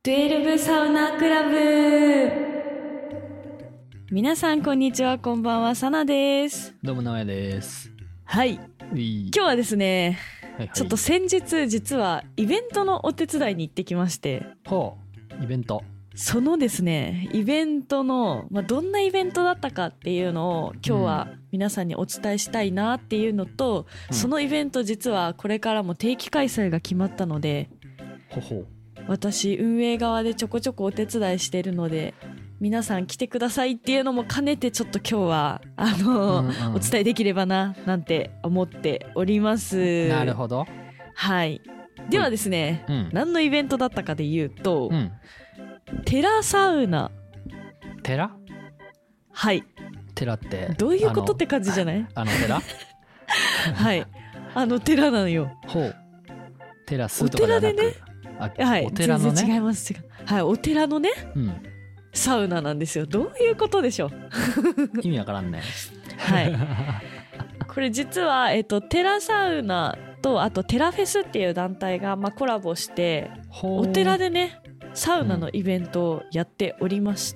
12サウナクラブ。皆さんこんにちは、こんばんは、サナです。 どうも、直哉です。 はい、今日はですね、ちょっと先日実はイベントのお手伝いに行ってきまして。 イベント。 そのですね、イベントの、どんなイベントだったかっていうのを今日は皆さんにお伝えしたいなっていうのと、そのイベント実はこれからも定期開催が決まったので、私運営側でちょこちょこお手伝いしているので、皆さん来てくださいっていうのも兼ねて、ちょっと今日はお伝えできればななんて思っております。 なるほど。 はい。ではですね、何のイベントだったかで言うと、テラサウナ。 テラ？はい。テラってどういうことって感じじゃない？ テラ？ はい。寺なのよ。 テラスとかじゃなく、 お寺でね。はい。お寺のね。全然違います。はい。お寺のね。サウナなんですよ。どういうことでしょう？ 意味わからんね。 はい。これ実はテラサウナとあとテラフェスっていう団体がコラボして、お寺でねサウナのイベントをやっておりまして、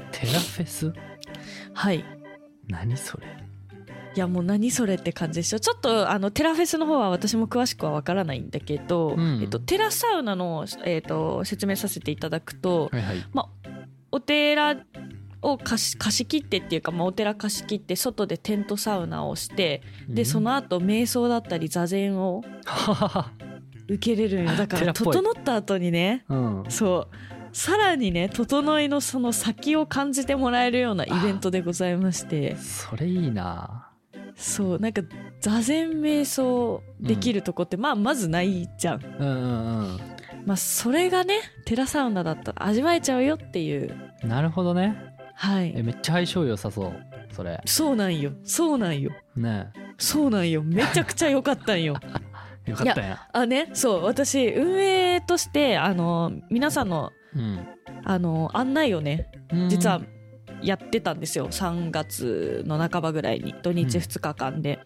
テラフェス？はい。何それ？ いやもう何それって感じでしょ。ちょっとテラフェスの方は私も詳しくはわからないんだけど、テラサウナの、説明させていただくと、お寺を貸し切ってっていうか、お寺貸し切って外でテントサウナをして、でその後瞑想だったり座禅を受けれるんよ。だから整った後にね、そうさらにね整いのその先を感じてもらえるようなイベントでございまして。 それいいな。 そう、なんか座禅瞑想できるとこって、まずないじゃん。それがねテラサウナだったら味わえちゃうよっていう。なるほどね。 はい。 めっちゃ相性良さそうそれ。 そうなんよね。そうなんよ、めちゃくちゃ良かったんよ。 よかったんや。 ね、そう私運営として皆さんの、案内をね実はやってたんですよ。3月の半ばぐらいに土日2日間で、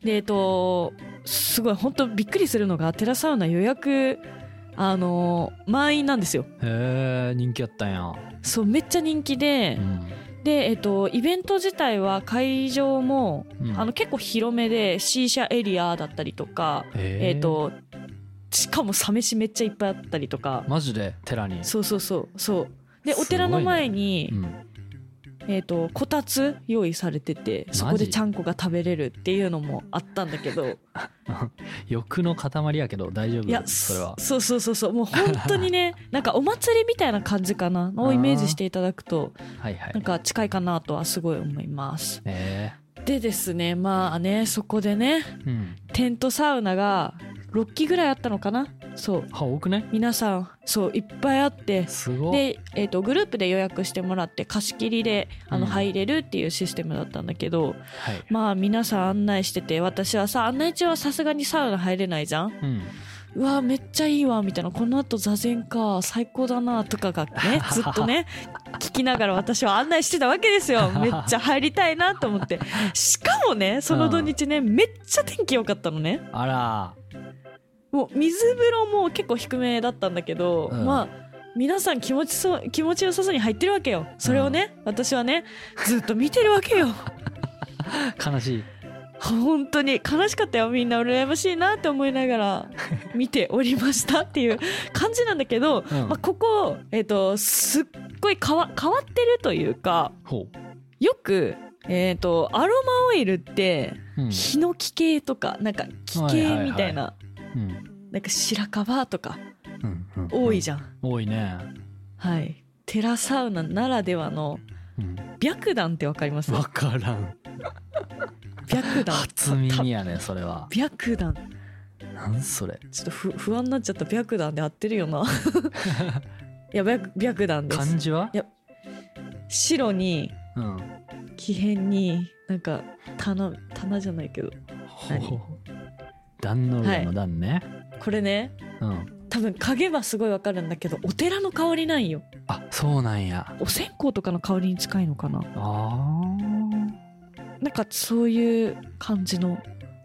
すごい本当びっくりするのが、テラサウナ予約満員なんですよ。 へえ、人気やったんや。 そう、めっちゃ人気で、でイベント自体は会場も、結構広めで C 社エリアだったりとか、しかもサ飯めっちゃいっぱいあったりとか。 マジで？寺に？そうでお寺の前に、こたつ用意されてて、そこでちゃんこが食べれるっていうのもあったんだけど欲の塊やけど大丈夫？いや、それはそうもう本当にねなんかお祭りみたいな感じかなをイメージしていただくと、なんか近いかなとはすごい思います。でですね、そこでね、テントサウナが6機ぐらいあったのかな。そう多くね。 皆さんそういっぱいあって、 すごい。 で、グループで予約してもらって貸し切りで入れるっていうシステムだったんだけど、皆さん案内してて、私はさ案内中はさすがにサウナ入れないじゃん。うわめっちゃいいわみたいな、この後座禅か最高だなとかがねずっとね聞きながら私は案内してたわけですよ。めっちゃ入りたいなと思って。しかもねその土日ね、めっちゃ天気良かったのね。 あら、 もう水風呂も結構低めだったんだけど、皆さん気持ちよさそうに入ってるわけよ。それをね、私はねずっと見てるわけよ。 悲しい。 本当に悲しかったよ。みんな羨ましいなって思いながら見ておりましたっていう感じなんだけど、ここ、すっごい変わってるというか、よく、アロマオイルってヒノキ系とかなんか木系みたいな、なんか白樺とか多いじゃん。 多いね。 はい。テラサウナならではの白檀ってわかります？ わからん。 白檀初耳やねそれは。 白檀なんそれ。 ちょっと不安になっちゃった。白檀で合ってるよな。いや白檀です。 漢字は？いや白に、木片になんか棚じゃないけど壇の上の段ね、 これね、多分影はすごいわかるんだけどお寺の香りなんよ。 あ、そうなんや。 お線香とかの香りに近いのかな。なんかそういう感じの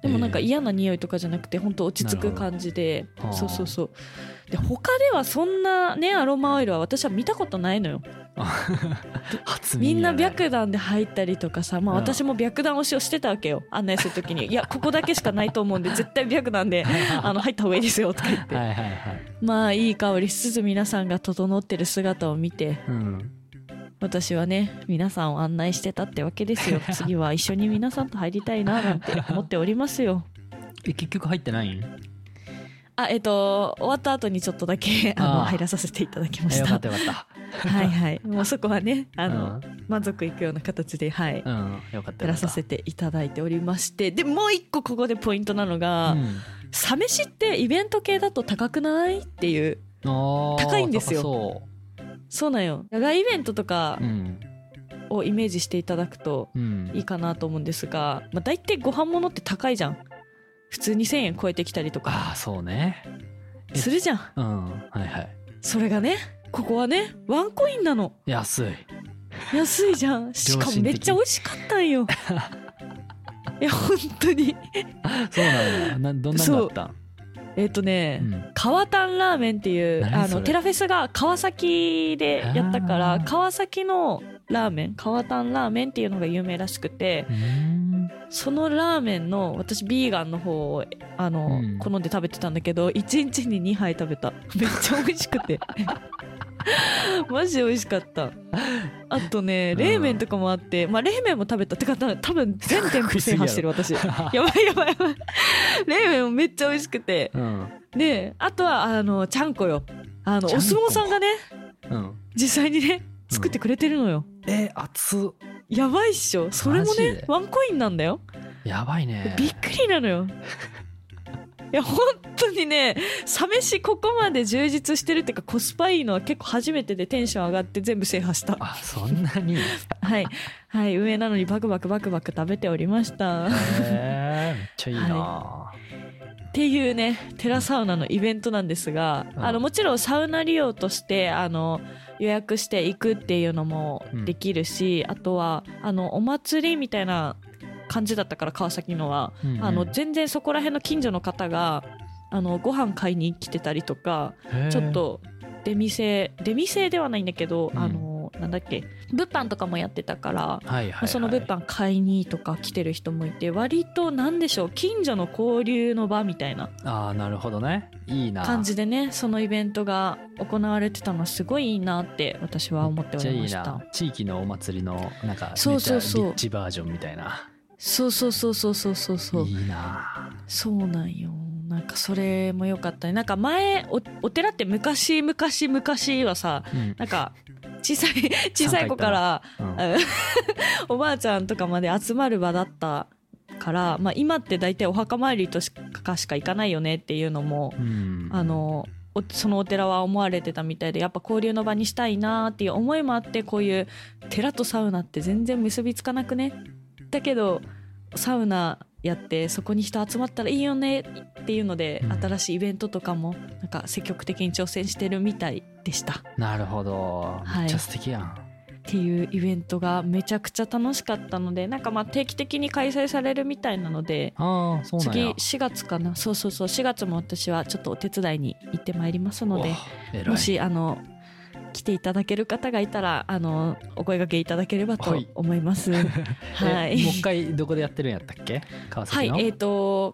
でもなんか嫌な匂いとかじゃなくて本当落ち着く感じで、そうそうそう。で他ではそんなねアロマオイルは私は見たことないのよ。みんな白檀で入ったりとかさ、まあ私も白檀推しをしてたわけよ、案内するときに。いやここだけしかないと思うんで絶対白檀で入った方がいいですよとか言ってはいはい、はい、まあいい香りしつつ皆さんが整ってる姿を見て、私はね皆さんを案内してたってわけですよ。次は一緒に皆さんと入りたいななんて思っておりますよ。 結局入ってないん？ 終わった後にちょっよらさせていただきました。 よかったよかったはいはい、もうそこはね満足いくような形ではいやらさせていただいておりまして、でもう一個ここでポイントなのが、サ飯ってイベント系だと高くないっていう。高いんですよ。そうなんよ。野外イベントとかをイメージしていただくといいかなと思うんですが、まあ、大体ご飯物って高いじゃん。普通2000円超えてきたりとかそうねするじゃん。 はいはい。 それがねここはねワンコインなの。 安いじゃん。しかもめっちゃ美味しかったんよ。いや本当にそうなんだ。どんなのだったん？ 川丹ラーメンっていうテラフェスが川崎でやったから、川崎のラーメン川丹ラーメンっていうのが有名らしくて、そのラーメンの私ビーガンの方を好んで食べてたんだけど、1日に2杯食べた。めっちゃ美味しくてマジで美味しかった。あとね冷麺とかもあって、まあ冷麺も食べたってか多分全店舗制覇してる私。やばい冷麺もめっちゃ美味しくて、であとはちゃんこよ。お相撲さんがね、実際にね作ってくれてるのよ。 熱っ。 やばいっしょ。それもねワンコインなんだよ。 やばいね。 びっくりなのよ。いや本当にねサ飯ここまで充実してるっていうかコスパいいのは結構初めてでテンション上がって全部制覇した。 そんなにはいはい、上なのにバクバク食べておりました。 めっちゃいいな、 っていうねテラサウナのイベントなんですが、もちろんサウナ利用として予約していくっていうのもできるし、あとはお祭りみたいな感じだったから川崎のは、全然そこら辺の近所の方がご飯買いに来てたりとか、ちょっと出店ではないんだけど、なんだっけ物販とかもやってたから、その物販買いにとか来てる人もいて、割となんでしょう近所の交流の場みたいななるほどね。いいな感じでねそのイベントが行われてたのはすごいいいなって私は思っておりました。 めっちゃいいな。地域のお祭りのなんかめっちゃリッチバージョンみたいな。 そういいな。 そうなんよ。なんかそれも良かったね。なんか前 お寺って昔はさ、なんか小さい子から、おばあちゃんとかまで集まる場だったから、まあ、今って大体お墓参りとしか行かないよねっていうのも、そのお寺は思われてたみたいで、やっぱ交流の場にしたいなっていう思いもあって、こういう寺とサウナって全然結びつかなくね、だけどサウナやってそこに人集まったらいいよねっていうので、新しいイベントとかもなんか積極的に挑戦してるみたいでした。なるほど、めっちゃ素敵やん、 っていうイベントがめちゃくちゃ楽しかったので、なんかまあ定期的に開催されるみたいなので、次4月かな、そう4月も私はちょっとお手伝いに行ってまいりますので、もし来ていただける方がいたらお声掛けいただければと思います。 はい、もう一回どこでやってるんやったっけ？川崎の？はい、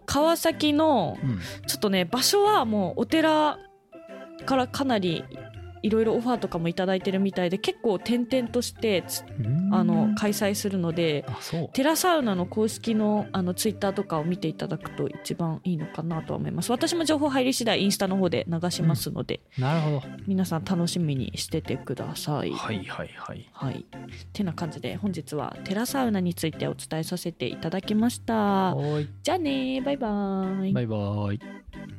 川崎の、ちょっとね場所はもうお寺からかなりいろいろオファーとかもいただいてるみたいで、結構転々として開催するので、テラサウナの公式のツイッターとかを見ていただくと一番いいのかなとは思います。私も情報入り次第インスタの方で流しますので、 なるほど、 皆さん楽しみにしててください。 はいてな感じで本日はテラサウナについてお伝えさせていただきました。じゃあね、バイバイ。 バイバイ。